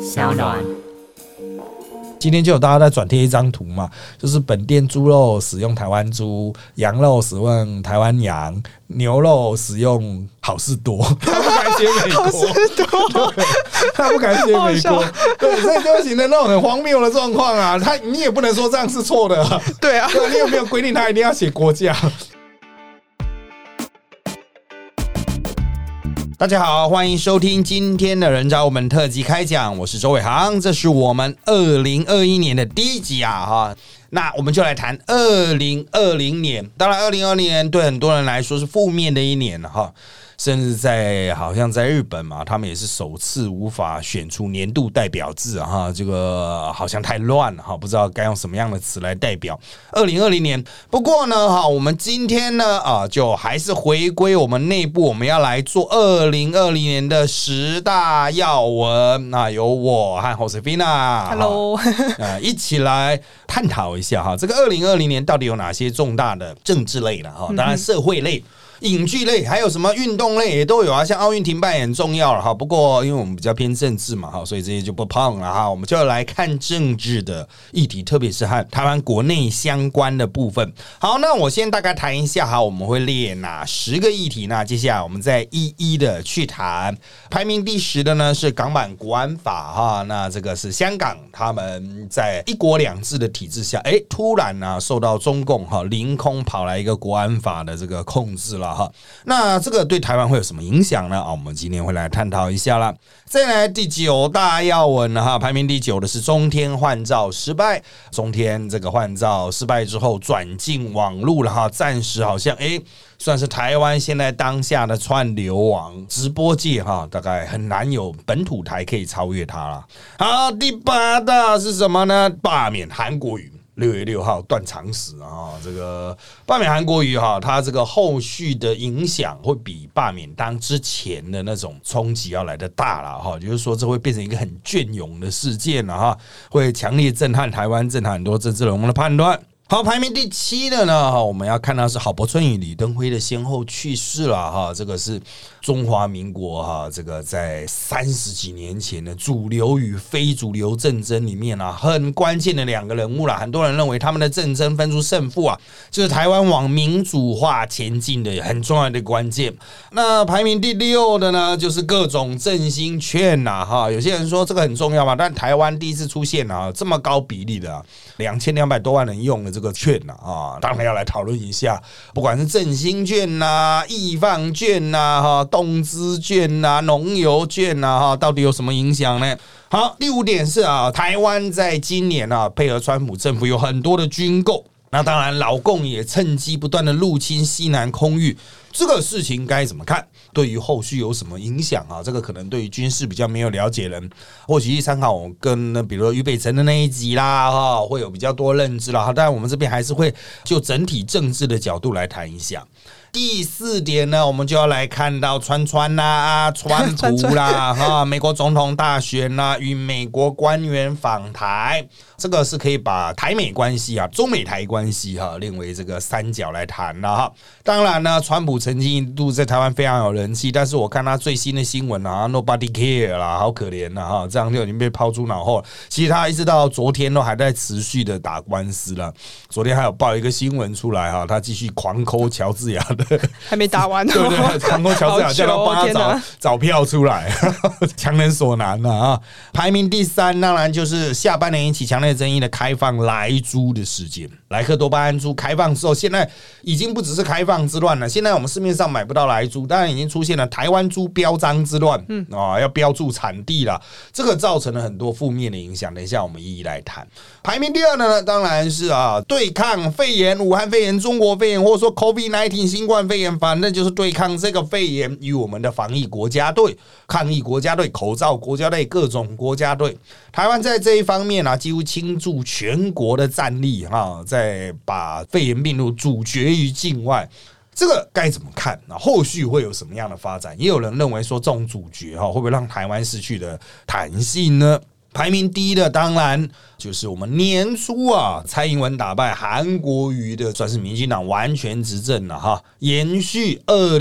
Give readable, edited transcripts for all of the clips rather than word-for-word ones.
小暖。 今天就有大家在转贴一张图嘛，就是本店猪肉使用台湾猪，羊肉使用台湾羊，牛肉使用好事多，他不敢写美国， 好事多， 他不敢写美国，对，所以就形成那种很荒谬的状况啊。你也不能说这样是错的、啊， 对啊， 对，你有没有规定他一定要写国家？大家好，欢迎收听今天的人找我们特辑开讲，我是周伟航，这是我们2021年的第一集啊哈。那我们就来谈2020年，当然2020年对很多人来说是负面的一年了哈。甚至好像在日本嘛，他们也是首次无法选出年度代表字哈，这个好像太乱了哈，不知道该用什么样的词来代表2020年。不过呢哈，我们今天呢就还是回归我们内部，我们要来做2020年的10大要闻。那由我和 Josefina 一起来探讨一下哈，这个2020年到底有哪些重大的政治类的哈，当然社会类。影剧类还有什么运动类也都有啊，像奥运停办也很重要了哈。不过因为我们比较偏政治嘛哈，所以这些就不碰了哈。我们就来看政治的议题，特别是和台湾国内相关的部分。好，那我先大概谈一下哈，我们会列哪10个议题呢？接下来我们再一一的去谈。排名第10的呢是港版国安法哈，那这个是香港他们在一国两制的体制下，突然呢受到中共哈凌空跑来一个国安法的这个控制了。那这个对台湾会有什么影响呢？我们今天会来探讨一下啦。再来第9大要闻哈，排名第9的是中天换照失败。中天这个换照失败之后转进网路了哈，暂时好像算是台湾现在当下的串流网直播界哈，大概很难有本土台可以超越它了。好，第8大是什么呢？罢免韩国瑜。6月6号断肠死啊！这个罢免韩国瑜哈，它这个后续的影响会比罢免当之前的那种冲击要来得大了哈，就是说这会变成一个很隽永的事件了哈，会强烈震撼台湾，震撼很多政治人物的判断。好，排名第7的呢，我们要看到是郝柏村与李登辉的先后去世了哈，这个是中华民国哈，这个在30几年前的主流与非主流政争里面啊，很关键的2个人物啦。很多人认为他们的政争分出胜负啊，就是台湾往民主化前进的很重要的关键。那排名第6的呢，就是各种振兴券呐哈，有些人说这个很重要嘛，但台湾第一次出现啊这么高比例的2200多万人用的这个券啊，当然要来讨论一下，不管是振兴券呐、易放券呐、动资券呐、农油券呐，到底有什么影响呢？好，第5点是台湾在今年配合川普政府有很多的军购，那当然老共也趁机不断的入侵西南空域，这个事情该怎么看？对于后续有什么影响啊？这个可能对于军事比较没有了解的人，或许去参考我跟比如说俞北辰的那一集啦，会有比较多认知啦。当然我们这边还是会就整体政治的角度来谈一下。第4点呢，我们就要来看到川啦、川普啦、美国总统大选啦，与美国官员访台，这个是可以把台美关系中美台关系列为这个3角来谈了哈。当然呢，川普曾经一度在台湾非常有人气，但是我看他最新的新闻nobody care 啦，好可怜啦哈，这样就已经被抛诸脑后了。其实他一直到昨天都还在持续的打官司了。昨天还有报一个新闻出来哈，他继续狂抠乔治亚的。 还没打完， 对对，狂抠乔治亚叫他帮他找票出来，强人所难啊！排名第3，当然就是下半年引起强烈争议的开放莱猪的事件。莱克多巴胺猪开放之后，现在已经不只是开放之乱了，现在我们市面上买不到莱猪，当然已经出现了台湾猪标章之乱，要标注产地了，这个造成了很多负面的影响。等一下我们一一来谈。排名第2的呢，当然是对抗肺炎、武汉肺炎、中国肺炎，或者说 COVID-19 新冠肺炎，反正就是对抗这个肺炎与我们的防疫国家队、抗疫国家队、口罩国家队、各种国家队。台湾在这一方面几乎倾注全国的战力在把肺炎病毒阻绝于境外。这个该怎么看？后续会有什么样的发展？也有人认为说，这种主角会不会让台湾失去的弹性呢？ 排名第一的当然就是我们年初蔡英文打败韩国瑜的，算是民进党完全执政了哈，延续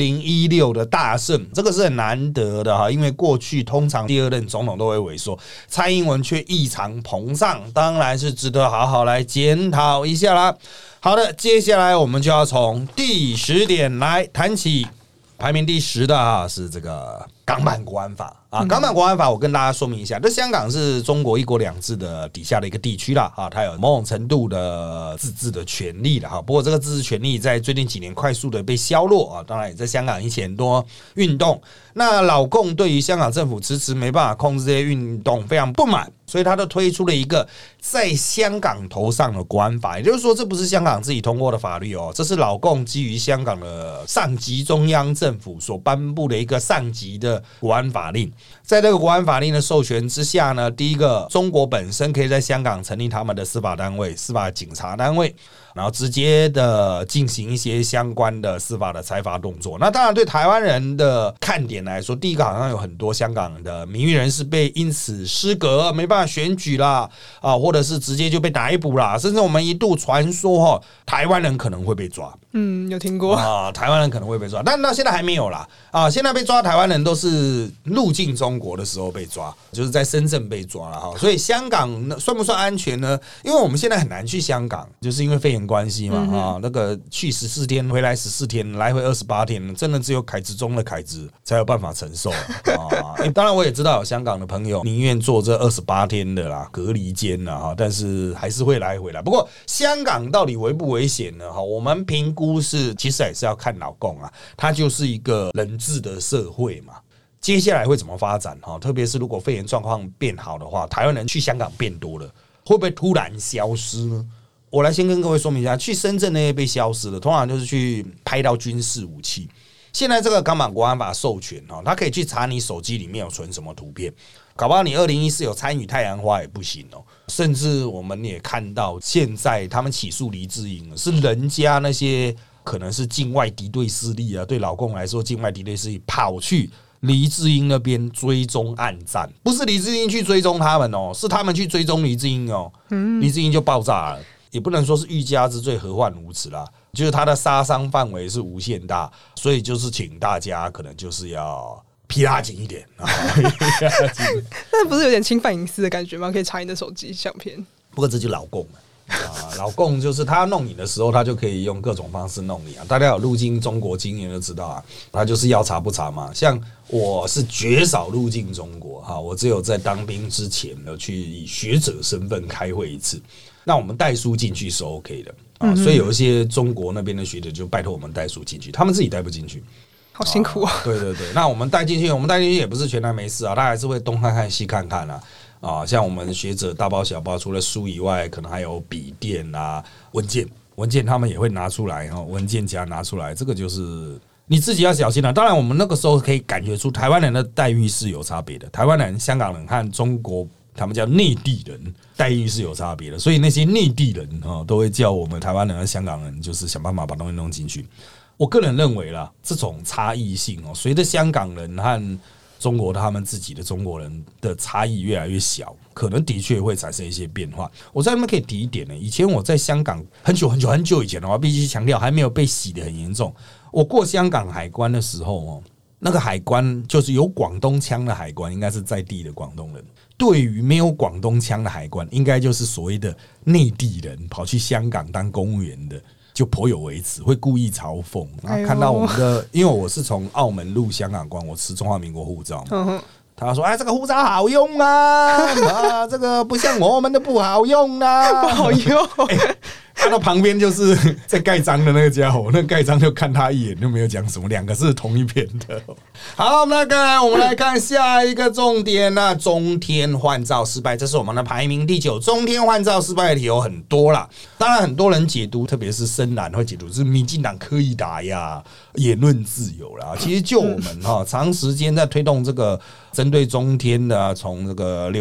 2016的大胜，这个是很难得的哈，因为过去通常第二任总统都会萎缩，蔡英文却异常膨胀，当然是值得好好来检讨一下啦。好的，接下来我们就要从第10点来谈起。排名第10的是这个港版国安法港版国安法我跟大家说明一下，这香港是中国一国两制的底下的一个地区啦它有某种程度的自治的权利啦不过这个自治权利在最近几年快速的被削弱当然也在香港引起很多运动。那老共对于香港政府迟迟没办法控制这些运动非常不满，所以他就推出了一个在香港头上的国安法，也就是说这不是香港自己通过的法律这是老共基于香港的上级中央政府所颁布的一个上级的国安法令。在这个国安法令的授权之下呢，第一个，中国本身可以在香港成立他们的司法单位、司法警察单位，然后直接的进行一些相关的司法的裁罚动作。那当然对台湾人的看点来说，第一个好像有很多香港的民运人士被因此失格，没办法选举啦或者是直接就被逮捕啦，甚至我们一度传说台湾人可能会被抓。 有听过台湾人可能会被抓，但到现在还没有啦现在被抓的台湾人都是入境中国的时候被抓，就是在深圳被抓了所以香港算不算安全呢？因为我们现在很难去香港，就是因为肺炎关系嘛那个去14天回来14天，来回28天，真的只有凯子中的凯子才有办法承受当然我也知道有香港的朋友宁愿做这28天的啦隔离间啦但是还是会来回来。不过香港到底危不危险呢？我们评估是其实也是要看老共它就是一个人治的社会嘛，接下来会怎么发展特别是如果肺炎状况变好的话，台湾人去香港变多了，会不会突然消失呢？我来先跟各位说明一下，去深圳那些被消失的通常就是去拍到军事武器。现在这个港版国安法授权它可以去查你手机里面有存什么图片，搞不好你2014有参与太阳花也不行甚至我们也看到现在他们起诉黎智英是人家那些可能是境外敌对势力对老共来说境外敌对势力跑去黎智英那边追踪暗战，不是黎智英去追踪他们是他们去追踪黎智英黎智英就爆炸了。也不能说是欲加之罪何患无辞啦，就是他的杀伤范围是无限大，所以就是请大家可能就是要皮拉紧一点那不是有点侵犯隐私的感觉吗？可以查你的手机相片。 不过这就老共了老共就是他弄你的时候，他就可以用各种方式弄你大家有入境中国经验就知道他就是要查不查嘛。像我是绝少入境中国我只有在当兵之前有去以学者身份开会一次，那我们带书进去是 OK 的所以有一些中国那边的学者就拜托我们带书进去，他们自己带不进去， 好辛苦对对对，那我们带进去也不是全然没事他还是会东看看西看看像我们学者大包小包，除了书以外，可能还有笔电文件他们也会拿出来文件夹拿出来，这个就是你自己要小心当然我们那个时候可以感觉出台湾人的待遇是有差别的，台湾人、香港人和中国他们叫内地人待遇是有差别的，所以那些内地人都会叫我们台湾人和香港人就是想办法把东西弄进去。我个人认为啦，这种差异性随着香港人和中国他们自己的中国人的差异越来越小，可能的确会产生一些变化。我在那边可以提一点以前我在香港很久以前的话，必须强调还没有被洗得很严重。我过香港海关的时候那个海关就是有广东腔的海关，应该是在地的广东人。对于没有广东腔的海关，应该就是所谓的内地人跑去香港当公务员的，就颇有微词，会故意嘲讽。看到我们的，因为我是从澳门入香港关，我持中华民国护照嘛。他说：“这个护照好用这个不像我们的不好用不好用。” 看到旁边就是在盖章的那个家伙，那盖章就看他一眼，就没有讲什么，两个是同一篇的。好，那个我们来看下一个重点中天换照失败，这是我们的排名第9。中天换照失败的理由很多啦，当然很多人解读，特别是深蓝会解读是民进党刻意打压言论自由啦。其实就我们长时间在推动这个针对中天的从这个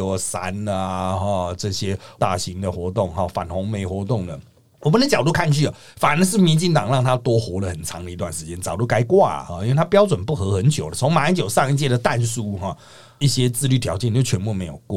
623这些大型的活动反红媒活动的，我们的角度看去反而是民进党让他多活了很长的一段时间，早都该挂因为他标准不合很久了，从马英九上一届的弹书一些自律条件就全部没有过。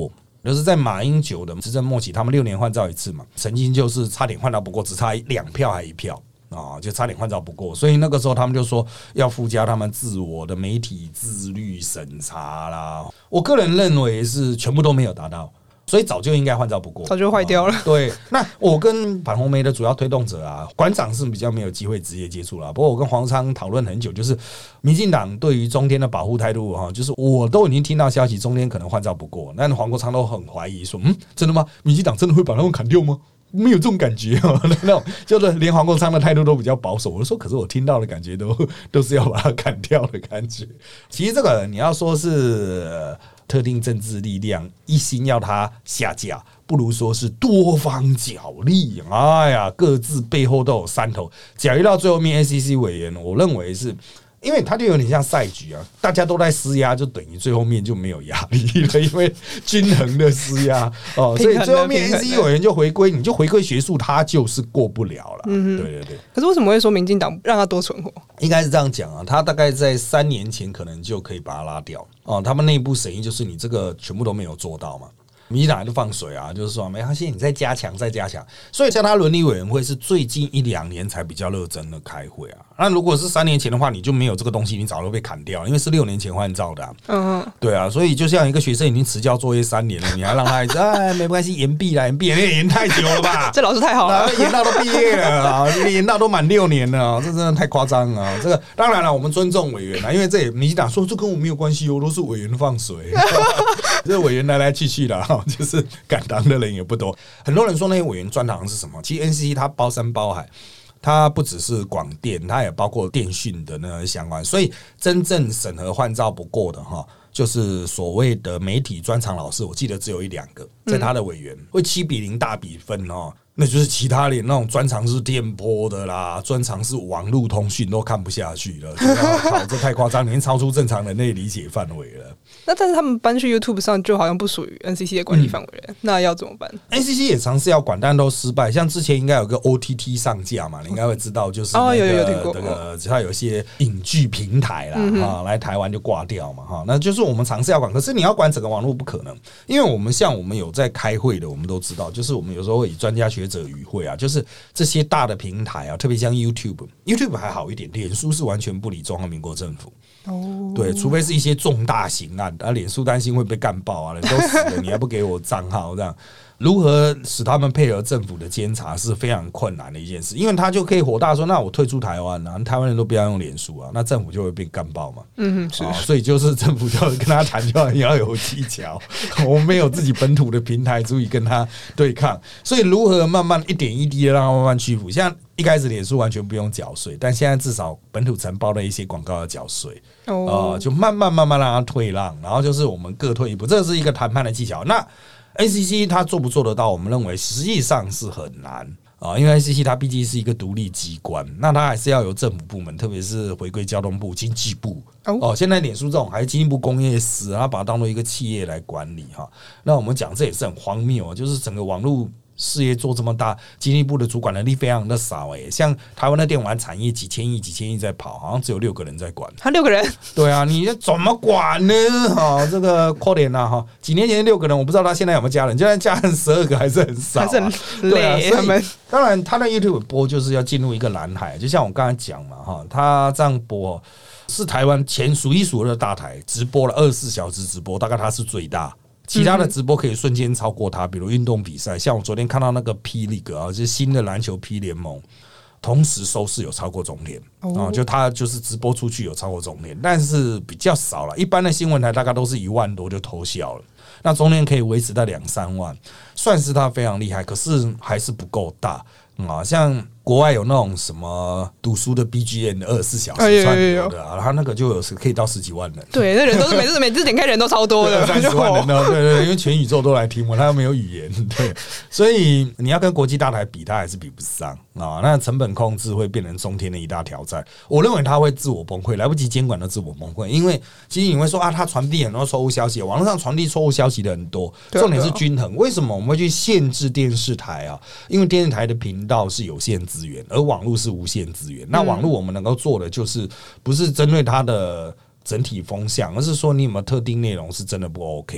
就是在马英九的执政末期，他们6年换照一次嘛，曾经就是差点换到不过，只差2票还1票。就差点换照不过，所以那个时候他们就说要附加他们自我的媒体自律审查啦。我个人认为是全部都没有达到，所以早就应该换照不过， 早就坏掉了。 对，那我跟反红媒的主要推动者啊，馆长是比较没有机会直接接触啦。不过我跟黄昌讨论很久，就是民进党对于中天的保护态度哈，就是我都已经听到消息，中天可能换照不过，但黄国昌都很怀疑说，真的吗？民进党真的会把他们砍掉吗？没有这种感觉那种就是连黄国昌的态度都比较保守。我就说，可是我听到的感觉都是要把他砍掉的感觉。其实这个你要说是特定政治力量一心要他下架，不如说是多方角力。哎呀，各自背后都有山头。假如到最后面 ，NCC 委员，我认为是。因为它就有点像赛局啊，大家都在施压，就等于最后面就没有压力了，因为均衡的施压所以最后面 NCC 委员就回归，你就回归学术，它就是过不了了。对对对。 可是为什么会说民进党让他多存活？ 应该是这样讲啊，他大概在3年前可能就可以把它拉掉他们内部审议就是你这个全部都没有做到嘛。民进党就放水啊，就是说没关系，你再加强，再加强。所以像他伦理委员会是最近1-2年才比较认真的开会啊。那如果是3年前的话，你就没有这个东西，你早就被砍掉了，因为是6年前换照的对啊，所以就像一个学生已经迟交作业3年了，你还让他一直没关系，延毕啦，延毕，延太久了吧？ 这老师太好了， 延到都毕业了啊，延到都满6年了，这真的太夸张啊！这个当然了，我们尊重委员因为这也民进党说这跟我没有关系都是委员放水，这委员来来去去的。就是敢当的人也不多，很多人说那些委员专长是什么？其实 NCC 它包山包海，它不只是广电，它也包括电讯的那个相关，所以真正审核换照不过的就是所谓的媒体专长老师，我记得只有1-2个，在他的委员会7-0大比分那就是其他连那种专长是电波的啦，专长是网络通讯都看不下去了，靠，这太夸张，已经超出正常人类理解范围了。 那但是他们搬去 YouTube 上，就好像不属于 NCC 的管理范围了，那要怎么办 ？NCC 也尝试要管，但都失败。像之前应该有个 OTT 上架嘛，你应该会知道，就是有听过， 只要有一些影剧平台啦，来台湾就挂掉嘛那就是我们尝试要管，可是你要管整个网络不可能，因为我们有在开会的，我们都知道，就是我们有时候会以专家学者与会啊，就是这些大的平台啊，特别像 YouTube 还好一点，脸书是完全不理中华民国政府。对，除非是一些重大刑案，脸书担心会被干爆啊，人都死了，你还不给我账号这样。如何使他们配合政府的监察是非常困难的一件事，因为他就可以火大说：“那我退出台湾啊，台湾人都不要用脸书啊，那政府就会被干爆嘛。”所以就是政府就跟他谈，就要有技巧。我们没有自己本土的平台足以跟他对抗，所以如何慢慢一点一滴的让他慢慢屈服。像一开始脸书完全不用缴税，但现在至少本土承包的一些广告要缴税，就慢慢让他退让，然后就是我们各退一步，这是一个谈判的技巧。那NCC 它做不做得到？我们认为实际上是很难因为 NCC 它毕竟是一个独立机关，那它还是要由政府部门，特别是回归交通部、经济部现在脸书这种还是经济部工业司，然后把它当做一个企业来管理那我们讲这也是很荒谬就是整个网络事业做这么大，经济部的主管能力非常的少像台湾的电玩产业几千亿在跑，好像只有6个人在管。 他6个人？对啊，你怎么管呢？这个可怜啊几年前6个人，我不知道他现在有没有加人，现在加人12个还是很少， 还是很累。他们当然他的 YouTube 播就是要进入一个蓝海，就像我刚才讲嘛他这样播是台湾前数一数二的大台，直播了24小时直播，大概他是最大。其他的直播可以瞬间超过它，比如运动比赛，像我昨天看到那个 P League 就是新的篮球 P 联盟，同时收视有超过中天就它就是直播出去有超过中天，但是比较少了。一般的新闻台大概都是1万多就偷笑了，那中天可以维持在2-3万，算是它非常厉害，可是还是不够大像国外有那种什么读书的 BGM 24小时串流的他那个就有可以到10几万人。 对，那人都是每次点开人都超多的 ，30万人的，对，因为全宇宙都来听我，他又没有语言，对，所以你要跟国际大台比，他还是比不上那成本控制会变成中天的一大挑战。我认为他会自我崩溃，来不及监管的自我崩溃，因为其实你会说他传递很多错误消息，网络上传递错误消息的很多，重点是均衡。为什么我们会去限制电视台因为电视台的频道是有限资源，而网络是无限资源。那网络我们能够做的就是不是针对它的整体风向，而是说你有没有特定内容是真的不 OK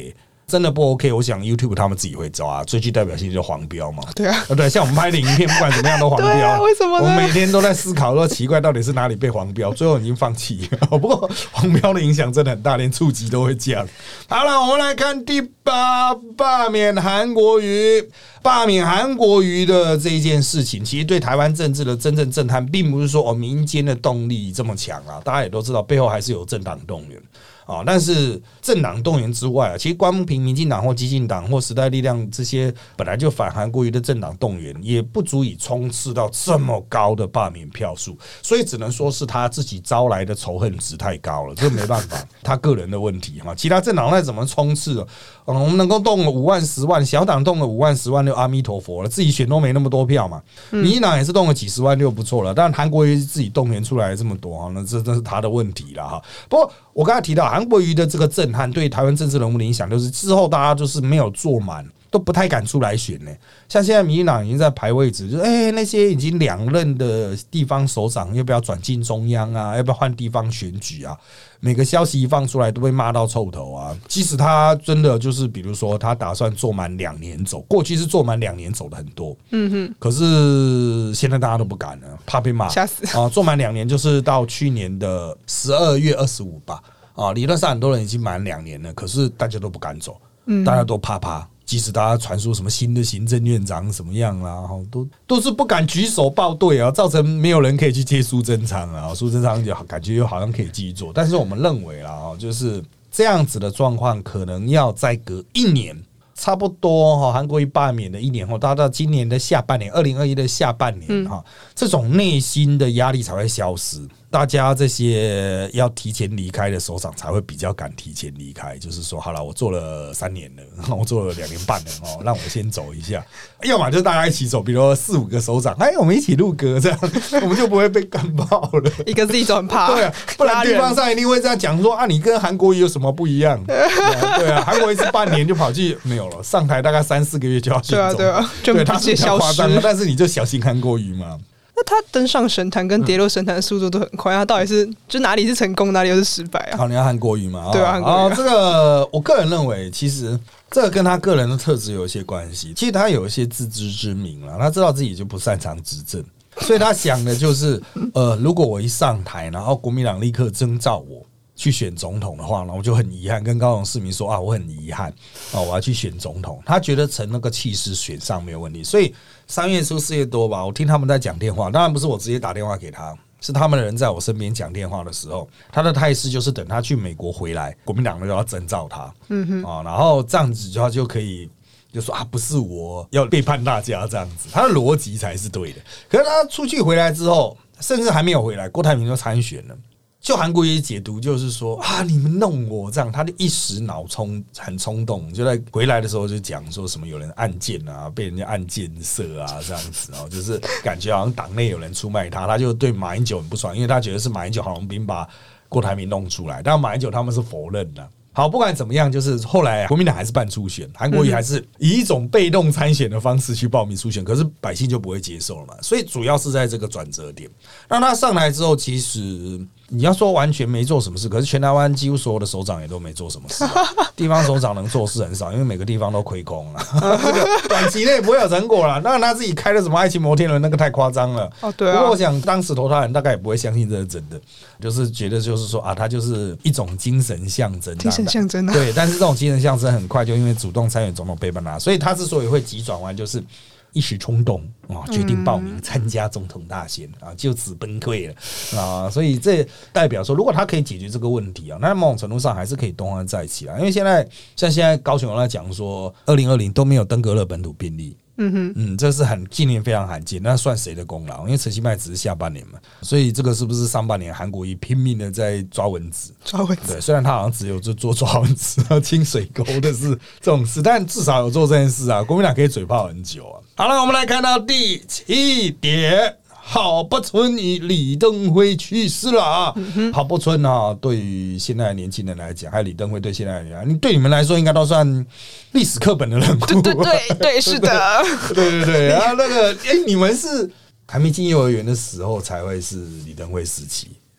真的不 OK， 我想 YouTube 他们自己会抓，最具代表性就是黄标嘛。 对啊， 对，像我们拍的影片，不管怎么样都黄标， 对啊，为什么呢？ 我们每天都在思考，说奇怪到底是哪里被黄标，最后已经放弃了。不过黄标的影响真的很大，连触及都会降。好了，我们来看第8，罢免韩国瑜。罢免韩国瑜的这一件事情，其实对台湾政治的真正震撼，并不是说民间的动力这么强啊，大家也都知道，背后还是有政党动员。但是政党动员之外其实光凭民进党或基进党或时代力量这些本来就反韩国瑜的政党动员，也不足以冲刺到这么高的罢免票数，所以只能说是他自己招来的仇恨值太高了，这没办法，他个人的问题哈。其他政党再怎么冲刺我们能够动了5万10万，小党动了5万10万就阿弥陀佛了，自己选都没那么多票嘛。民进党也是动了几十万就不错了，但韩国瑜自己动员出来这么多，那这是他的问题了哈。不过我刚才提到韩国瑜的这个震撼对台湾政治人物的影响，就是之后大家就是没有坐满，都不太敢出来选呢。像现在民进党已经在排位置，就是那些已经2任的地方首长要不要转进中央啊？要不要换地方选举啊？每个消息一放出来都被骂到臭头啊！即使他真的就是比如说他打算做满2年走，过去是做满2年走的很多，可是现在大家都不敢了，怕被骂， 吓死做满2年就是到去年的12月25吧。理论上很多人已经满2年了，可是大家都不敢走，大家都怕。即使大家传出什么新的行政院长什么样啦，都是不敢举手报对啊，造成没有人可以去接苏贞昌啊，苏贞昌就感觉又好像可以继续做，但是我们认为啦，就是这样子的状况可能要再隔1年。差不多韩国瑜罢免的1年后，到今年的下半年，2021的下半年这种内心的压力才会消失。大家这些要提前离开的首长才会比较敢提前离开，就是说，好了，我做了3年了，我做了2年半了，让我先走一下。要么就是大家一起走，比如说4、5个首长，我们一起录歌，这样我们就不会被干爆了。 一个自己走很怕， 对啊，不然地方上一定会这样讲说你跟韩国瑜有什么不一样？对啊，韩国瑜是半年就跑去没有了，上台大概3、4个月就要选总， 对， 他是比较夸张，但是你就小心韩国瑜嘛。 那他登上神坛跟跌落神坛的速度都很快，他到底是就哪里是成功，哪里又是失败啊？ 好，你要韩国瑜嘛？ 对啊，韩国瑜这个我个人认为，其实这个跟他个人的特质有一些关系。其实他有一些自知之明了，他知道自己就不擅长执政，所以他想的就是，如果我一上台，然后国民党立刻征召我去选总统的话呢，我就很遗憾跟高雄市民说我很遗憾我要去选总统。他觉得成那个气势选上没有问题，所以3月初4月多吧，我听他们在讲电话，当然不是我直接打电话给他，是他们的人在我身边讲电话的时候，他的态势就是等他去美国回来，国民党就要征召他，然后这样子他就可以就说不是我要背叛大家这样子，他的逻辑才是对的。可是他出去回来之后，甚至还没有回来，郭台铭就参选了。就韩国瑜解读就是说你们弄我这样，他的一时脑冲很冲动，就在回来的时候就讲说什么有人暗箭被人家暗箭射这样子就是感觉好像党内有人出卖他，他就对马英九很不爽，因为他觉得是马英九郝龙斌把郭台铭弄出来，但马英九他们是否认的。好，不管怎么样，就是后来国民党还是办初选，韩国瑜还是以一种被动参选的方式去报名初选，可是百姓就不会接受了嘛。所以主要是在这个转折点，让他上来之后，其实你要说完全没做什么事，可是全台湾几乎所有的首长也都没做什么事地方首长能做事很少，因为每个地方都亏空了这个短期内不会有成果了。当然他自己开了什么爱情摩天轮，那个太夸张了对啊。 不过我想当时投他人大概也不会相信这是真的，就是觉得就是说他就是一种精神象征， 象征对，但是这种精神象征很快就因为主动参选总统背叛他，所以他之所以会急转弯，就是一时冲动决定报名参加总统大选就此崩溃了所以这代表说，如果他可以解决这个问题那某种程度上还是可以东山再起因为现在高雄有在讲说，2020都没有登革热本土病例。这是今年非常罕见，那算谁的功劳？因为陈其迈只是下半年嘛，所以这个是不是上半年韩国瑜拼命的在抓蚊子？对，虽然他好像只有做抓蚊子清水沟的是这种事，但至少有做这件事国民党可以嘴炮很久好了，我们来看到第7点。郝柏村与李登辉去世了郝柏村对于现在的年轻人来讲，还有李登辉对现在的人，对你们来说应该都算历史课本的人物。 对，是的， 对然后那个你们是还没进幼儿园的时候才会是李登辉时期。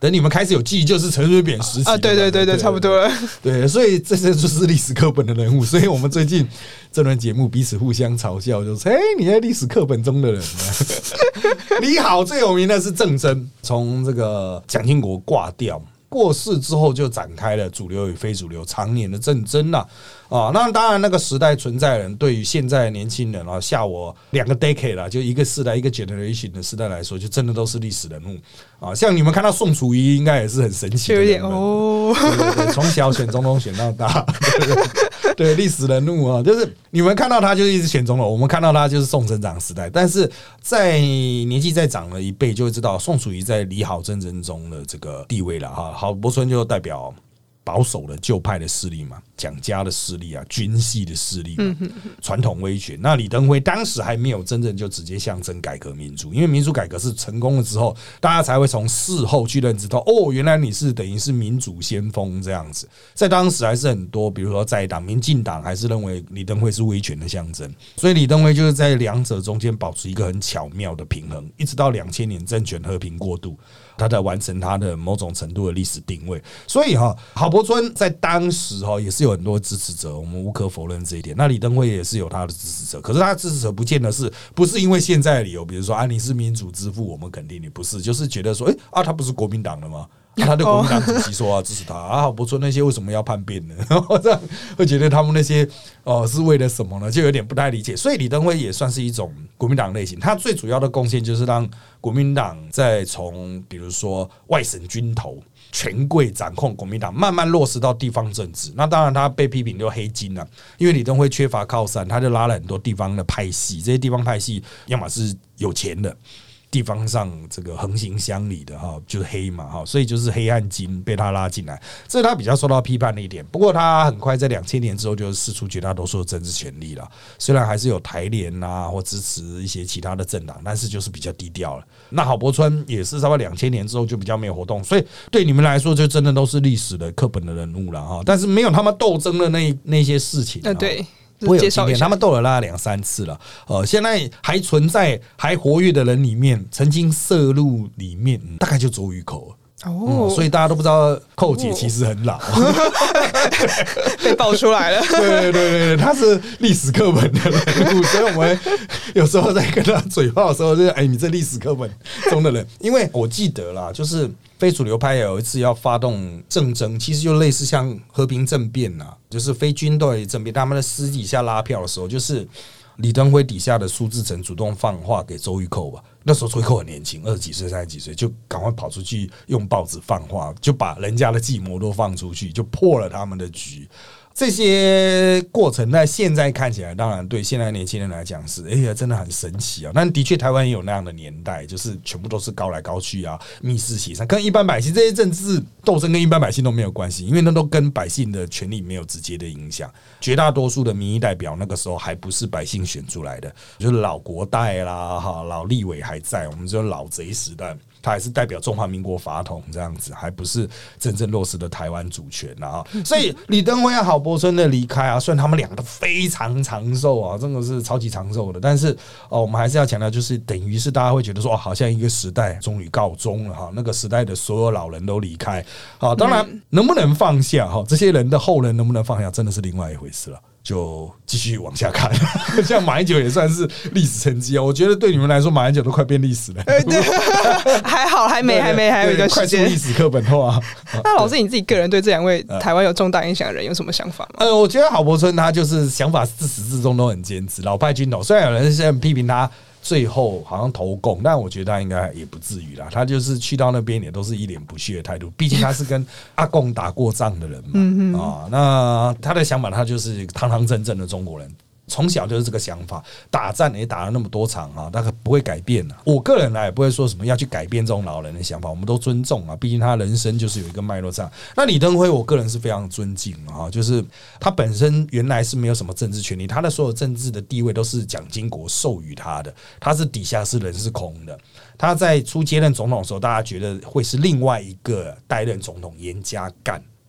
等你们开始有记忆，就是陈水扁时期啊，对，差不多了。 对，所以这就是历史课本的人物。所以我们最近这轮节目彼此互相嘲笑，就说：“你在历史课本中的人。”李好最有名的是郑珍，从这个蒋经国挂掉。过世之后，就展开了主流与非主流常年的竞争啦。那当然，那个时代存在的人，对于现在的年轻人啊，下我2个 decade 啦，就一个世代一个 generation 的时代来说，就真的都是历史人物啊。像你们看到宋楚瑜，应该也是很神奇的人，对，从小选总统选到大，对，历史人物啊，就是你们看到他就是一直选总统，我们看到他就是宋省长时代，但是在年纪再长了一辈，就会知道宋楚瑜在李好郑珍中的这个地位了哈。郝柏村就代表保守的旧派的势力嘛，蒋家的势力啊，军系的势力嘛，传统威权。那李登辉当时还没有真正就直接象征改革民主，因为民主改革是成功了之后，大家才会从事后去认知到，原来你是等于是民主先锋这样子。在当时还是很多，比如说在党民进党还是认为李登辉是威权的象征，所以李登辉就是在两者中间保持一个很巧妙的平衡，一直到2000年政权和平过渡。他在完成他的某种程度的历史定位，所以郝柏村在当时也是有很多支持者，我们无可否认这一点。那李登辉也是有他的支持者，可是他的支持者不见得不是因为现在的理由，比如说你是民主之父，我们肯定你不是，就是觉得说，他不是国民党的吗？他对国民党主席说支持他郝柏村那些为什么要叛变呢？这样会觉得他们那些是为了什么呢？就有点不太理解。所以李登辉也算是一种国民党类型，他最主要的贡献就是让国民党在从比如说外省军头权贵掌控国民党，慢慢落实到地方政治。那当然他被批评就黑金了，因为李登辉缺乏靠山，他就拉了很多地方的派系，这些地方派系要么是有钱的。地方上这个横行乡里的就是黑嘛所以就是黑暗金被他拉进来，这是他比较受到批判的一点。不过他很快在2000年之后就释出绝大多数的政治权力了，虽然还是有台联或支持一些其他的政党，但是就是比较低调了。那郝柏村也是差不多2000年之后就比较没有活动，所以对你们来说就真的都是历史的课本的人物了但是没有他们斗争的那些事情对。 我有经验，他们斗了大概2-3次了。现在还存在还活跃的人里面，曾经涉入里面，大概就周玉蔻了。所以大家都不知道寇姐其实很老， 被爆出来了。 对，她是历史课本的人物，所以我们有时候在跟她嘴炮的时候，就你这历史课本中的人，因为我记得啦，就是非主流派有一次要发动政争，其实就类似像和平政变呐，就是非军队政变，他们在私底下拉票的时候，就是李登辉底下的苏志诚主动放话给周玉蔻吧。那时候周玉蔻很年轻，20几岁、30几岁，就赶快跑出去用报纸放话，就把人家的计谋都放出去，就破了他们的局。这些过程在现在看起来，当然对现在年轻人来讲是真的很神奇啊。但的确台湾也有那样的年代，就是全部都是高来高去密室协商，跟一般百姓这些政治斗争跟一般百姓都没有关系，因为那都跟百姓的权利没有直接的影响。绝大多数的民意代表那个时候还不是百姓选出来的，就是老国代啦老立委还在，我们说老贼时代。他还是代表中华民国法统这样子，还不是真正落实的台湾主权所以李登辉郝柏村的离开虽然他们两个都非常长寿真的是超级长寿的，但是我们还是要强调，就是等于是大家会觉得说好像一个时代终于告终了那个时代的所有老人都离开当然能不能放下这些人的后人能不能放下，真的是另外一回事了。就继续往下看，像马英九也算是历史成绩我觉得对你们来说，马英九都快变历史了。 还好，还没有一段时间。 快出历史课本化。 那老师你自己个人对这2位台湾有重大影响的人有什么想法吗？ 我觉得郝柏村他就是想法自始至终都很坚持，老派军头。虽然有人现在批评他最后好像投共，但我觉得他应该也不至于啦。他就是去到那边也都是一脸不屑的态度，毕竟他是跟阿共打过仗的人嘛。那他的想法，他就是堂堂正正的中国人。从小就是这个想法，打战也打了那么多场大概不会改变我个人也不会说什么要去改变这种老人的想法，我们都尊重毕竟他人生就是有一个脉络这样。那李登辉，我个人是非常尊敬就是他本身原来是没有什么政治权利，他的所有政治的地位都是蒋经国授予他的，他是底下是人是空的。他在初接任总统的时候，大家觉得会是另外一个代任总统严家淦。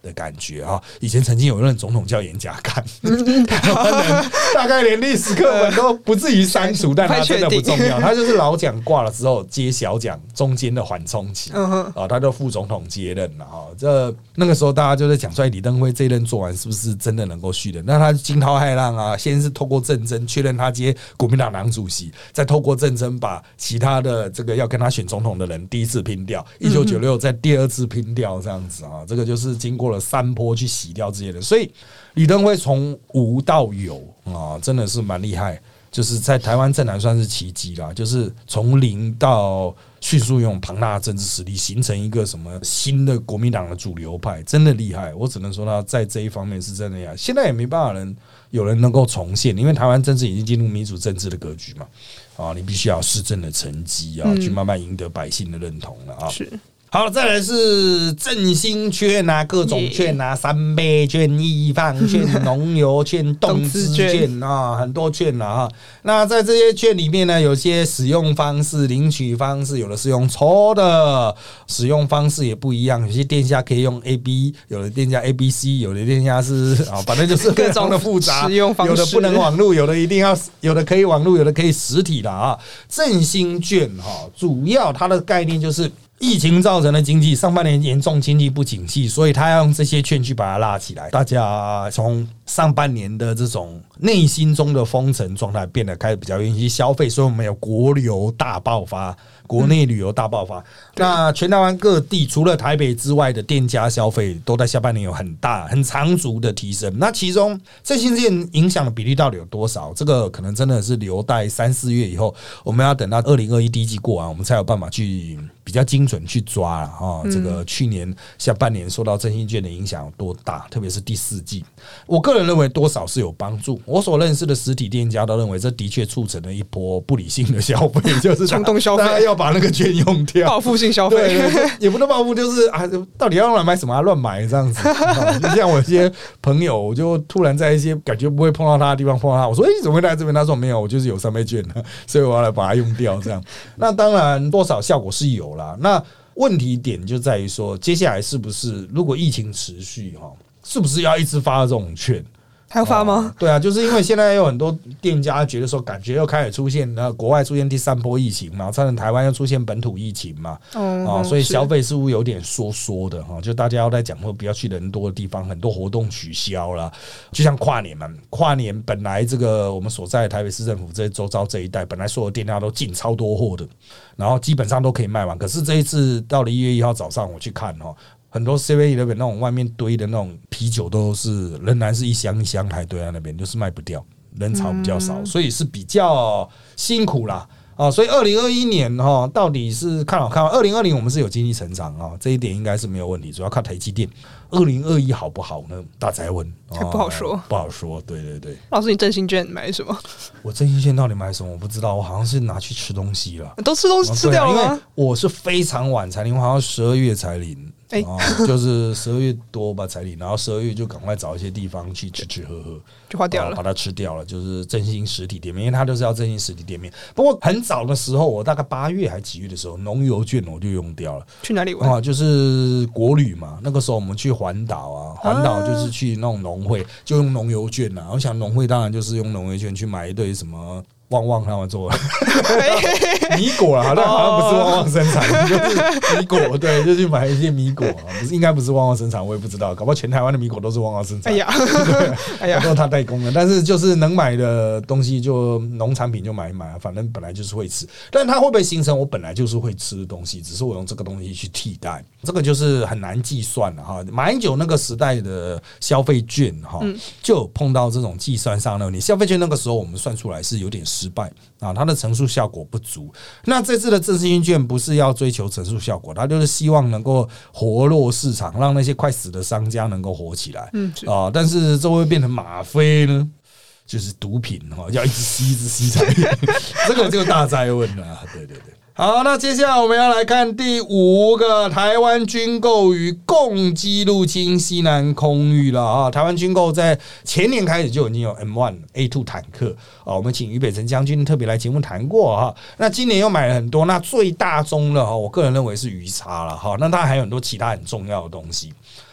的感觉啊！以前曾经有任总统叫严家淦，台湾人大概连历史课本都不至于删除，但他真的不重要。他就是老蒋挂了之后接小蒋中间的缓冲期啊，他就副总统接任了哈。那个时候大家就在讲说，李登辉这一任做完是不是真的能够续任？那他惊涛骇浪啊，先是透过政争确认他接国民党党主席，再透过政争把其他的这个要跟他选总统的人第一次拼掉，1996再第二次拼掉这样子啊，这个就是经过了3波去洗掉这些人，所以李登辉从无到有啊，真的是蛮厉害。就是在台湾政坛算是奇迹啦，就是从零到迅速用庞大的政治实力形成一个什么新的国民党的主流派，真的厉害。我只能说他在这一方面是真的厉害。现在也没办法有人能够重现，因为台湾政治已经进入民主政治的格局嘛。啊，你必须要有施政的成绩啊，去慢慢赢得百姓的认同了啊。 是。 好，再来是振兴券啊，各种券啊，3倍券、易放券、农油券、动资券啊，很多券啊。那在这些券里面呢，有些使用方式、领取方式，有的是用抽的，使用方式也不一样。有些店家可以用 AB， 有的店家 ABC， 有的店家是啊，反正就是非常的复杂。有的不能网络，有的一定要，有的可以网络，有的可以实体的啊。振兴券哈，主要它的概念就是。疫情造成的经济上半年严重经济不景气，所以他要用这些券去把它拉起来。大家从上半年的这种内心中的封城状态变得开始比较愿意去消费，所以我们有国流大爆发，国内旅游大爆发。那全台湾各地除了台北之外的店家消费都在下半年有很大很长足的提升。那其中振兴券影响的比例到底有多少？这个可能真的是留待3、4月以后，我们要等到2021第一季过完，我们才有办法去比较精准去抓了哈。这个去年下半年受到振兴券的影响有多大？特别是第4季，我个人认为多少是有帮助。我所认识的实体店家都认为，这的确促成了一波不理性的消费，就是冲动消费， 大家要把那个券用掉， 报复性消费， 对，也不能报复，就是啊，到底要用来买什么？乱买这样子。就像我一些朋友，我就突然在一些感觉不会碰到他的地方碰到他，我说：“怎么会来这边？”他说：“没有，我就是有3倍券的，所以我要来把它用掉。”这样，那当然多少效果是有啦。那问题点就在于说，接下来是不是如果疫情持续哈，是不是要一直发这种券？ 还要发吗？ 对啊，就是因为现在有很多店家觉得说，感觉又开始出现国外出现第3波疫情嘛，再台湾又出现本土疫情嘛，所以消费似乎有点缩的哈，就大家要在讲说不要去人多的地方，很多活动取消了，就像跨年嘛，跨年本来这个我们所在的台北市政府这周遭这一带，本来所有店家都进超多货的，然后基本上都可以卖完，可是这一次到了1月1号早上我去看哈。很多 7-11 那种外面堆的那种啤酒都是仍然是一箱一箱还堆在那边，就是卖不掉，人潮比较少，所以是比较辛苦啦。所以2021年到底是看好2020我们是有经济成长这一点应该是没有问题，主要看台积电。2021好不好呢？大哉问， 还不好说， 不好说。对对对， 老师，你振兴券买什么？ 我振兴券到底买什么我不知道，我好像是拿去吃东西了。 都吃东西吃掉了吗？ 因为我是非常晚才领，我好像12月才领。就是12月多吧才领，然后12月就赶快找一些地方去吃喝， 就花掉了， 把它吃掉了。就是振兴实体店面，因为它就是要振兴实体店面。不过很早的时候，我大概8月还几月的时候，农游券我就用掉了。 去哪里玩？ 就是国旅嘛。那个时候我们去环岛啊，环岛就是去那种农会，就用农游券啊。我想农会当然就是用农游券去买一堆什么。旺旺他们做的米果啦，但好像不是旺旺生产，就是米果，对，就去买一些米果，不是应该不是旺旺生产，我也不知道，搞不好全台湾的米果都是旺旺生产。哎呀，都是他代工的，但是就是能买的东西就农产品就买一买，反正本来就是会吃，但它会不会形成我本来就是会吃的东西，只是我用这个东西去替代，这个就是很难计算了哈。马英九那个时代的消费券哈，就有碰到这种计算上的问题，消费券那个时候我们算出来是有点失败啊，它的乘数效果不足。那这次的振兴券不是要追求乘数效果，它就是希望能够活络市场，让那些快死的商家能够活起来。但是这会变成吗啡呢？就是毒品要一直吸才这个就大哉问了。对对对。好，那接下来我们要来看第5个台湾军购与共机入侵西南空域了啊！台湾军购在前年开始就已经有 M1A2 坦克啊，我们请于北辰将军特别来节目谈过哈。那今年又买了很多，那最大宗的我个人认为是鱼叉了哈。那它还有很多其他很重要的东西。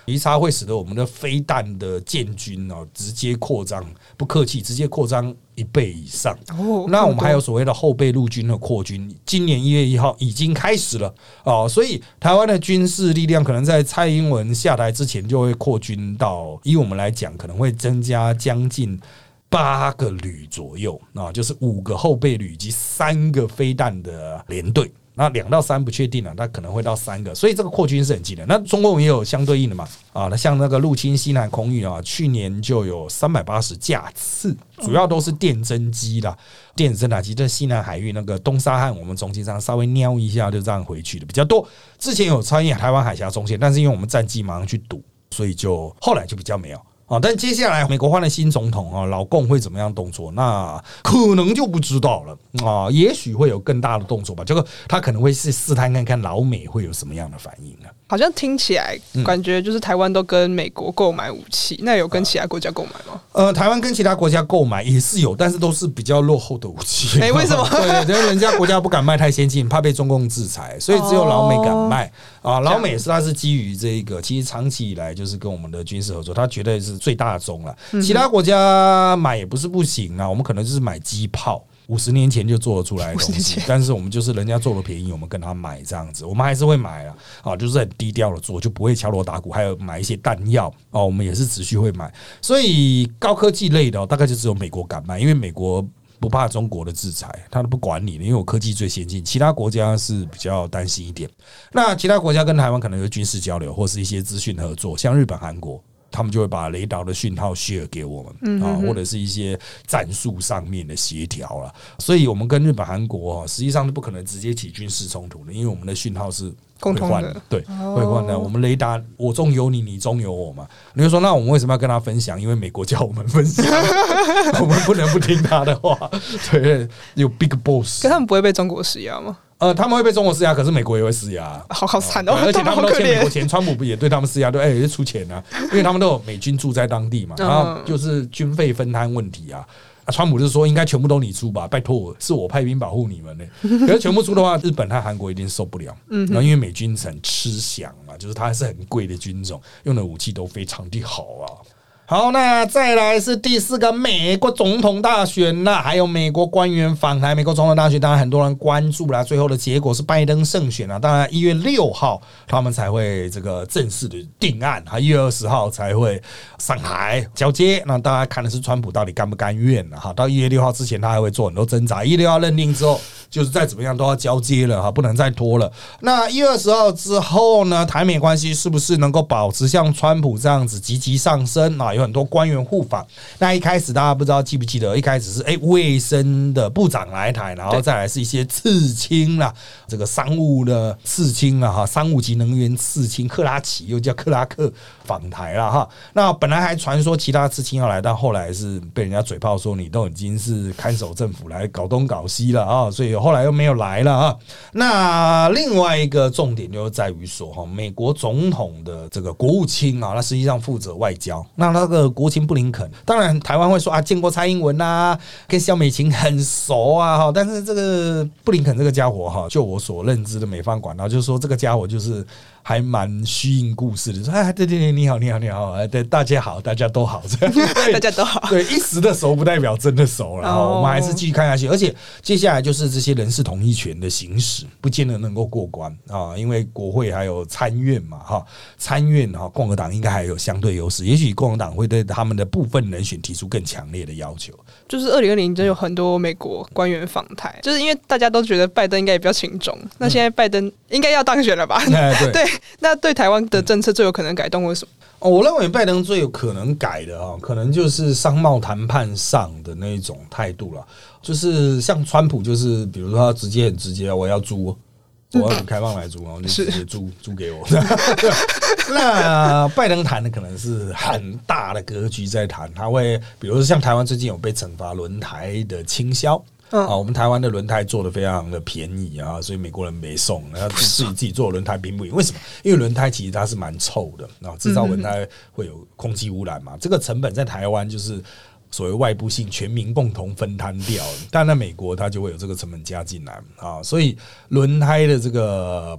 离差会使得我们的飞弹的建军直接扩张，不客气，直接扩张1倍以上。那我们还有所谓的后备陆军的扩军，今年1月1号已经开始了所以台湾的军事力量可能在蔡英文下台之前就会扩军到，以我们来讲，可能会增加将近8个旅左右就是5个后备旅以及3个飞弹的连队。那2到3不确定了，它可能会到3个，所以这个扩军是很近的。那中共也有相对应的嘛那像那个入侵西南空域去年就有380架次，主要都是电侦机啦，电子侦察机在西南海域那个东沙岸，我们中间上稍微瞄一下就这样回去的比较多。之前有穿越台湾海峡中线，但是因为我们战机马上去堵，所以就后来就比较没有。但接下来美国换了新总统老共会怎么样动作，那可能就不知道了也许会有更大的动作吧。这个他可能会是试探看看老美会有什么样的反应好像听起来感觉就是台湾都跟美国购买武器，那有跟其他国家购买吗？ 台湾跟其他国家购买也是有，但是都是比较落后的武器。 为什么？ 对，人家国家不敢卖太先进，怕被中共制裁，所以只有老美敢卖老美他是基于这个，其实长期以来就是跟我们的军事合作，他绝对是最大宗了。其他国家买也不是不行我们可能就是买机炮。50年前就做得出来的东西，但是我们就是人家做的便宜，我们跟他买这样子，我们还是会买就是很低调的做，就不会敲锣打鼓，还有买一些弹药我们也是持续会买。所以高科技类的大概就只有美国敢卖，因为美国不怕中国的制裁，他都不管你的，因为我科技最先进，其他国家是比较担心一点。那其他国家跟台湾可能有军事交流，或是一些资讯合作，像日本、韩国。他们就会把雷达的讯号 share 给我们或者是一些战术上面的协调了。所以我们跟日本、韩国实际上是不可能直接起军事冲突的，因为我们的讯号是共同的， 对，会换的。我们雷达我中有你，你中有我嘛。你就说那我们为什么要跟他分享？因为美国叫我们分享，我们不能不听他的话。对，有 big boss。 可他们不会被中国施压吗？ 他们会被中国施压，可是美国也会施压， 好惨哦！ 而且他们都欠美国钱，川普不也对他们施压，对，出钱因为他们都有美军住在当地嘛，然后就是军费分摊问题川普就说应该全部都你出吧，拜托，是我派兵保护你们呢。可是全部出的话，日本和韩国一定受不了。然后因为美军很吃香嘛，就是它是很贵的军种，用的武器都非常的好好，那再来是第4个美国总统大选啦，还有美国官员访台。美国总统大选当然很多人关注啦，最后的结果是拜登胜选当然1月6号他们才会这个正式的定案1月20号才会上台交接。那大家看的是川普到底甘不甘愿到1月6号之前他还会做很多挣扎，1月6号认定之后就是再怎么样都要交接了不能再拖了。那1月20号之后呢，台美关系是不是能够保持像川普这样子积极上升有很多官员互访。那一开始大家不知道记不记得，一开始是卫生的部长来台，然后再来是一些次卿啦，这个商务的次卿商务及能源次卿克拉奇又叫克拉克访台啦那本来还传说其他次卿要来，但后来是被人家嘴炮说你都已经是看守政府来搞东搞西了所以后来又没有来了那另外一个重点就在于说美国总统的这个国务卿那实际上负责外交，那个国务卿布林肯，当然台湾会说见过蔡英文跟萧美琴很熟但是这个布林肯这个家伙就我所认知的美方管道就是说这个家伙就是还蛮虚应故事的，说对，你好，对，大家好，大家都好， 大家都好， 对，一时的熟不代表真的熟了我们还是继续看下去，而且接下来就是这些人事同意权的行使，不见得能够过关因为国会还有参院嘛参院共和党应该还有相对优势，也许共和党会对他们的部分人选提出更强烈的要求。 就是2020真有很多美国官员访台，就是因为大家都觉得拜登应该也比较轻重，那现在拜登应该要当选了吧？对，那对台湾的政策最有可能改动为什么？ 我认为拜登最有可能改的可能就是商贸谈判上的那种态度了，就是像川普，就是比如说他很直接，我要租。我要开放来租你直接租给我。那拜登谈的可能是很大的格局在谈，他会比如说像台湾最近有被惩罚轮胎的倾销。我们台湾的轮胎做的非常的便宜所以美国人没送，然后自己做轮胎并不赢。为什么？因为轮胎其实它是蛮臭的，制造轮胎会有空气污染嘛，这个成本在台湾就是所谓外部性全民共同分摊掉，但在美国它就会有这个成本加进来所以轮胎的这个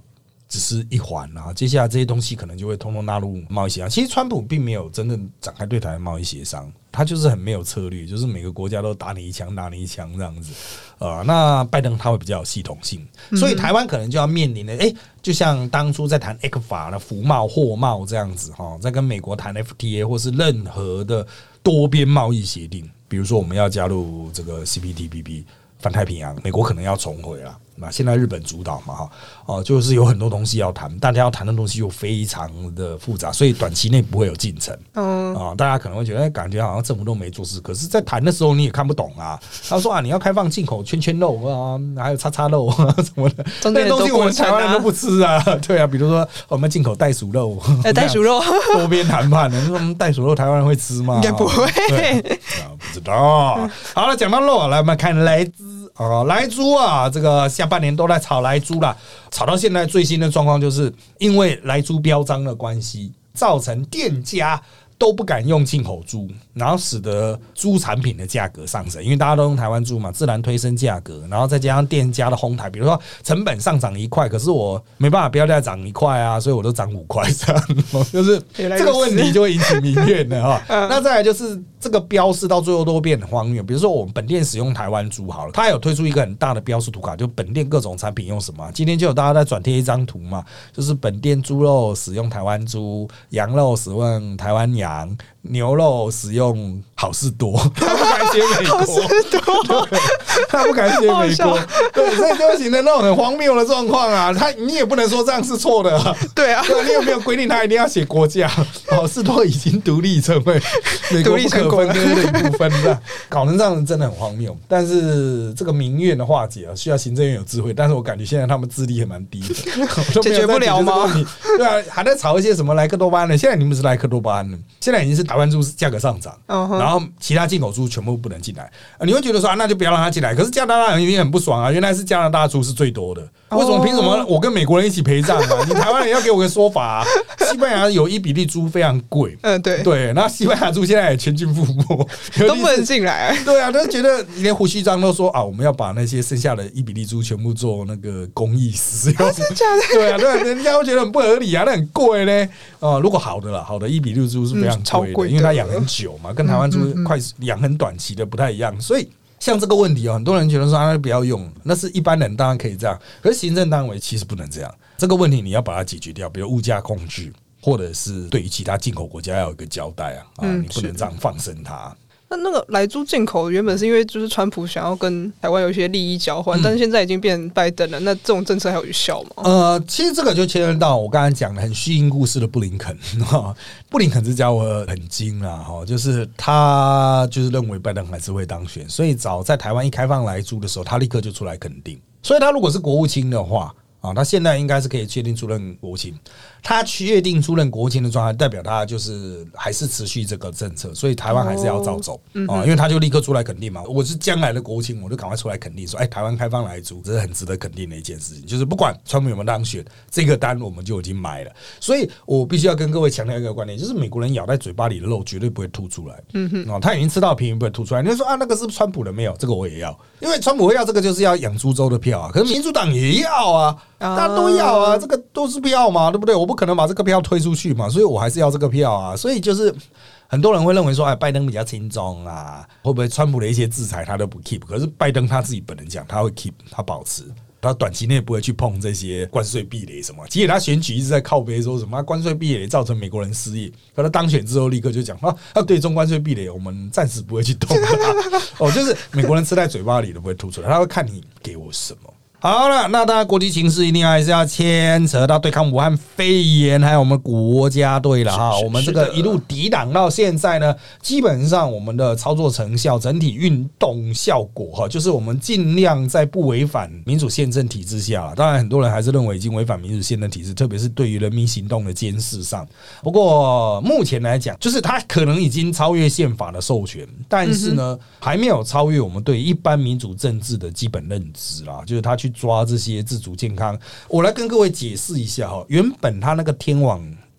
只是一环啊，接下来这些东西可能就会通通纳入贸易协商。其实川普并没有真正展开对台湾贸易协商，他就是很没有策略，就是每个国家都打你一枪打你一枪这样子。那拜登他会比较有系统性，所以台湾可能就要面临的，就像当初在谈 ECFA 的服贸货贸这样子在跟美国谈 FTA 或是任何的多边贸易协定，比如说我们要加入这个 CPTPP。泛太平洋，美国可能要重回了。那现在日本主导嘛，就是有很多东西要谈，大家要谈的东西又非常的复杂，所以短期内不会有进程。大家可能会觉得，感觉好像政府都没做事，可是，在谈的时候你也看不懂啊。他说你要开放进口圈圈肉啊，还有叉叉肉啊什么的，那些东西我们台湾人都不吃啊。对啊，比如说我们进口袋鼠肉， 袋鼠肉多边谈判的，说袋鼠肉台湾人会吃吗？ 应该不会。 不知道。好了，讲到肉，来我们看莱猪。莱猪啊，这个下半年都在炒莱猪啦，炒到现在最新的状况就是因为莱猪标章的关系，造成店家都不敢用进口猪，然后使得猪产品的价格上升，因为大家都用台湾猪嘛，自然推升价格，然后再加上店家的哄抬，比如说成本上涨1块，可是我没办法标价涨1块啊，所以我都涨5块这样，就是这个问题就会引起民怨的哈。那再来就是这个标示到最后都会变很荒谬，比如说我们本店使用台湾猪好了，它有推出一个很大的标示图卡，就本店各种产品用什么，今天就有大家在转贴一张图嘛，就是本店猪肉使用台湾猪，羊肉使用台湾羊，牛肉使用好事多，他不敢写美国，他不敢写美国，对，所以就会形成那种很荒谬的状况啊。你也不能说这样是错的啊， 对啊， 你有没有规定他一定要写国家？好事多已经独立成为美国不可分割的一部分，这样搞成这样真的很荒谬。但是这个民怨的化解需要行政院有智慧，但是我感觉现在他们智力也蛮低的， 解决不了吗？ 对啊，还在炒一些什么莱克多巴胺呢？现在你们是莱克多巴胺了，现在已经是台湾猪价格上涨，然后其他进口猪全部不能进来。你会觉得说那就不要让它进来。可是加拿大人一定很不爽啊，原来是加拿大猪是最多的，为什么凭什么我跟美国人一起陪葬啊？你台湾人要给我个说法啊！西班牙有1比例猪非常贵，对，那西班牙猪现在也全军覆没， 都不能进来。 对啊，都觉得连胡须章都说我们要把那些剩下的1比例猪全部做那个公益使用。 真的假的？ 对啊，对，人家会觉得很不合理啊，那很贵呢。如果好的1比例猪是非常贵的，因为它养很久嘛，跟台湾猪快养很短期的不太一样，所以。像这个问题很多人觉得说那不要用，那是一般人当然可以这样，可是行政单位其实不能这样。这个问题你要把它解决掉，比如物价控制，或者是对于其他进口国家要有一个交代你不能这样放生它。 那个莱猪进口原本是因为就是川普想要跟台湾有一些利益交换，但是现在已经变成拜登了，那这种政策还有效吗？ 其实这个就牵涉到我刚才讲的很虚应故事的布林肯。布林肯这家伙很精啦，就是他就是认为拜登还是会当选，所以早在台湾一开放莱猪的时候，他立刻就出来肯定。所以他如果是国务卿的话他现在应该是可以确定出任国务卿。他确定出任国务卿的状态，代表他就是还是持续这个政策，所以台湾还是要照走因为他就立刻出来肯定嘛。我是将来的国务卿，我就赶快出来肯定说，台湾开放莱猪，这是很值得肯定的一件事情。就是不管川普有没有当选，这个单我们就已经买了。所以我必须要跟各位强调一个观点，就是美国人咬在嘴巴里的肉绝对不会吐出来。他已经吃到便宜不会吐出来。你就说那个是川普的没有？这个我也要，因为川普会要这个就是要养猪州的票可是民主党也要大家都要这个都是票嘛，对不对？我不可能把这个票推出去嘛，所以我还是要这个票所以就是很多人会认为说拜登比较轻松会不会川普的一些制裁他都不 keep， 可是拜登他自己本人讲他会 keep， 他保持，他短期内不会去碰这些关税壁垒什么。其实他选举一直在靠北说什么关税壁垒造成美国人失业，可他当选之后立刻就讲对中关税壁垒我们暂时不会去动就是美国人吃在嘴巴里都不会吐出来，他会看你给我什么。好了，那当然国际情势一定还是要牵扯到对抗武汉肺炎，还有我们国家队了我们这个一路抵挡到现在呢，基本上我们的操作成效、整体运动效果就是我们尽量在不违反民主宪政体制下，当然很多人还是认为已经违反民主宪政体制，特别是对于人民行动的监视上。不过目前来讲，就是它可能已经超越宪法的授权，但是呢，还没有超越我们对一般民主政治的基本认知啦，就是他去抓这些自主健康。我来跟各位解释一下原本他那个天网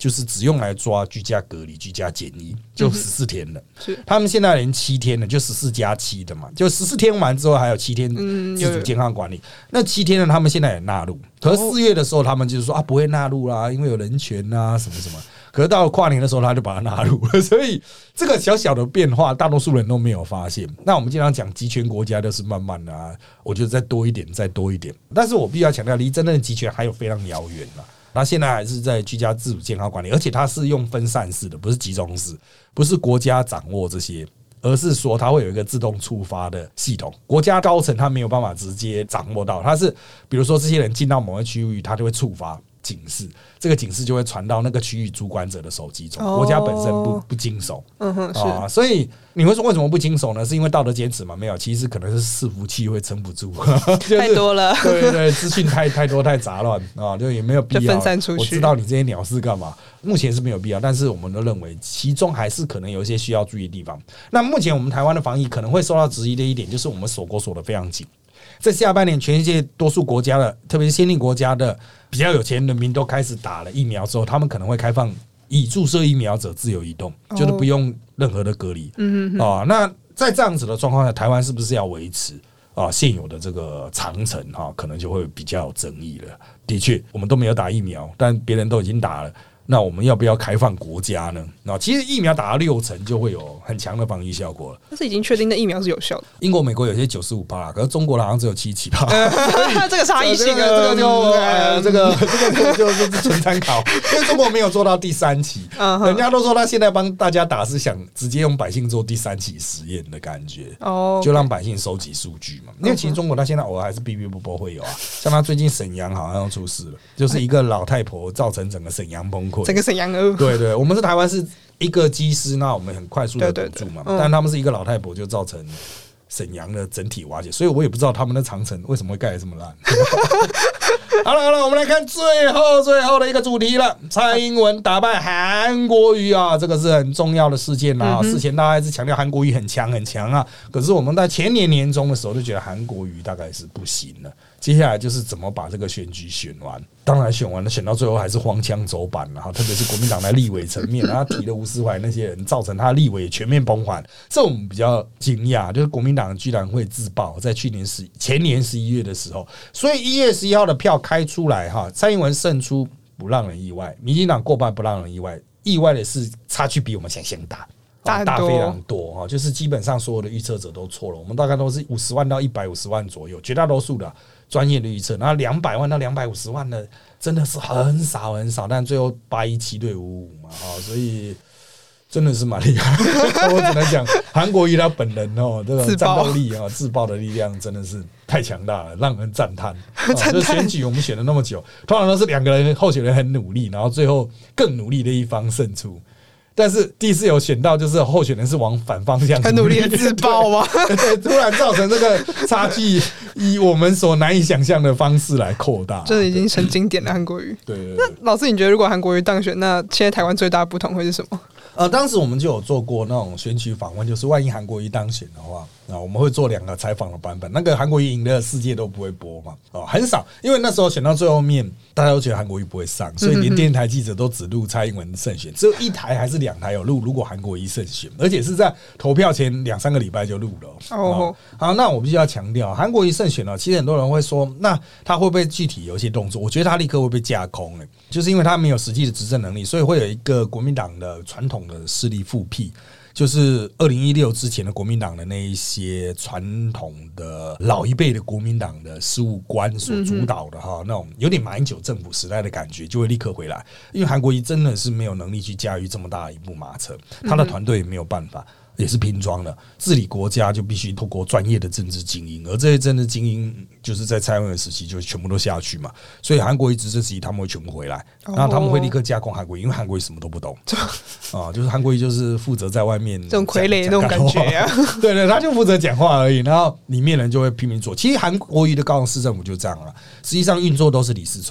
就是只用来抓居家隔离、居家检疫，就14天了。 是他们现在连7天了，就14+7的嘛，就14天完之后还有7天自主健康管理。那7天呢，他们现在也纳入。可是4月的时候，他们就是说不会纳入啦，因为有人权啊什么什么。可是到了跨年的时候，他就把它纳入了，所以这个小小的变化，大多数人都没有发现。那我们经常讲集权国家都是慢慢的我觉得再多一点，再多一点。但是我必须要强调，离真正的集权还有非常遥远了。那现在还是在居家自主健康管理，而且它是用分散式的，不是集中式，不是国家掌握这些，而是说它会有一个自动触发的系统。国家高层它没有办法直接掌握到，它是比如说这些人进到某个区域，它就会触发警示，这个警示就会传到那个区域主管者的手机中，国家本身不经手，所以你会说为什么不经手呢？是因为道德坚持嘛？没有，其实可能是伺服器会撑不住， 太多了， 对对，资讯太多太杂乱就也没有必要就分散出去。 我知道你这些鸟事干嘛？目前是没有必要，但是我们都认为其中还是可能有一些需要注意的地方。那目前我们台湾的防疫可能会受到质疑的一点，就是我们锁国锁得非常紧。在下半年，全世界多数国家的，特别是先进国家的比较有钱人民都开始打了疫苗之后，他们可能会开放已注射疫苗者自由移动，就是不用任何的隔离。那在这样子的状况下，台湾是不是要维持现有的这个长程可能就会比较有争议了。的确，我们都没有打疫苗，但别人都已经打了。那我们要不要开放国家呢？其实疫苗打到60%就会有很强的防疫效果了。 但是已经确定的疫苗是有效的。 英国、美国有些95%，可是中国的好像只有77%。 这个差异性， 这个就是纯参考，因为中国没有做到第3期，人家都说他现在帮大家打是想直接用百姓做第3期实验的感觉，就让百姓收集数据嘛。因为其实中国他现在偶尔还是哔哔啵啵会有像他最近沈阳好像要出事了，就是一个老太婆造成整个沈阳崩溃。 整个沈阳对对，我们是台湾是一个机师，那我们很快速的堵住嘛，但他们是一个老太婆就造成沈阳的整体瓦解，所以我也不知道他们的长城为什么会盖得这么烂。好了，我们来看最后的一个主题了。蔡英文打败韩国瑜这个是很重要的事件事前大家一直强调韩国瑜很强可是我们在前年年中的时候就觉得韩国瑜大概是不行了。接下来就是怎么把这个选举选完，当然选完了，选到最后还是荒腔走板了，特别是国民党在立委层面，他提了吴思怀那些人，造成他立委全面崩盘，这我们比较惊讶，就是国民党居然会自爆，在前年11月的时候，所以1月11号的票开出来蔡英文胜出不让人意外，民进党过半不让人意外，意外的是差距比我们想象大非常多就是基本上所有的预测者都错了，我们大概都是50万到150万左右，绝大多数的专业的预测，然后200万到250万的真的是很少，但最后817对55嘛所以真的是蛮厉害。我只能讲韩国瑜他本人这个战斗力自爆的力量真的是太强大了，让人赞叹。这选举我们选了那么久，通常都是2个人候选人很努力，然后最后更努力的一方胜出。但是第一次有选到，就是候选人是往反方向很努力的自爆吗？ 对，突然造成这个差距以我们所难以想象的方式来扩大， 这已经成经典的韩国瑜。 对。 那老师，你觉得如果韩国瑜当选，那现在台湾最大的不同会是什么？ 当时我们就有做过那种选举访问，就是万一韩国瑜当选的话，我们会做2个采访的版本。那个韩国瑜赢的世界都不会播嘛，很少，因为那时候选到最后面，大家都觉得韩国瑜不会上，所以连电视台记者都只录蔡英文胜选，只有1台还是2台有录。如果韩国瑜胜选，而且是在投票前2-3个礼拜就录了。好，那我必须要强调，韩国瑜胜选其实很多人会说，那他会不会具体有一些动作？我觉得他立刻会被架空就是因为他没有实际的执政能力，所以会有一个国民党的传统的势力复辟，就是2016之前的国民党的那一些传统的老一辈的国民党的事务官所主导的那种有点马英九政府时代的感觉，就会立刻回来。因为韩国瑜真的是没有能力去驾驭这么大的一部马车，他的团队也没有办法。也是拼装的，治理国家就必须透过专业的政治精英，而这些政治精英就是在蔡英文时期就全部都下去嘛，所以韩国瑜执政时期他们会全部回来，然后他们会立刻架空韩国瑜，因为韩国瑜什么都不懂就是韩国瑜就是负责在外面这种傀儡那种感觉对，他就负责讲话而已，然后里面人就会拼命做。其实韩国瑜的高雄市政府就这样了，实际上运作都是李四川。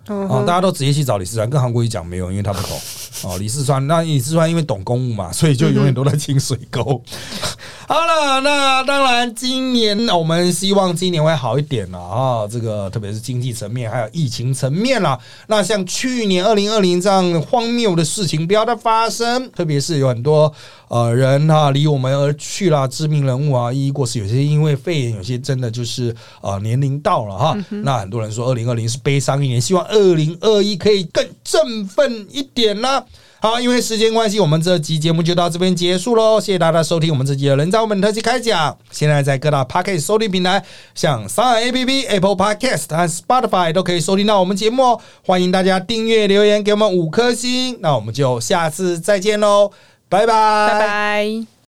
大家都直接去找李四川，跟韩国瑜讲没有，因为他不懂李四川因为懂公务嘛，所以就永远都在清水沟。好了，那当然今年我们希望今年会好一点了这个特别是经济层面还有疫情层面啦。那像去年2020这样荒谬的事情不要再发生，特别是有很多人离我们而去啦，知名人物一一过世，有些因为肺炎，有些真的就是年龄到了那很多人说2020是悲伤一年，希望2021可以更振奋一点啦。好，因为时间关系，我们这集节目就到这边结束咯，谢谢大家收听我们这集的人渣我们特辑开讲。现在在各大 Podcast 收听平台，像 SoundApp、Apple Podcast 和 Spotify 都可以收听到我们节目哦。欢迎大家订阅留言给我们5颗星，那我们就下次再见咯，拜拜， 拜拜。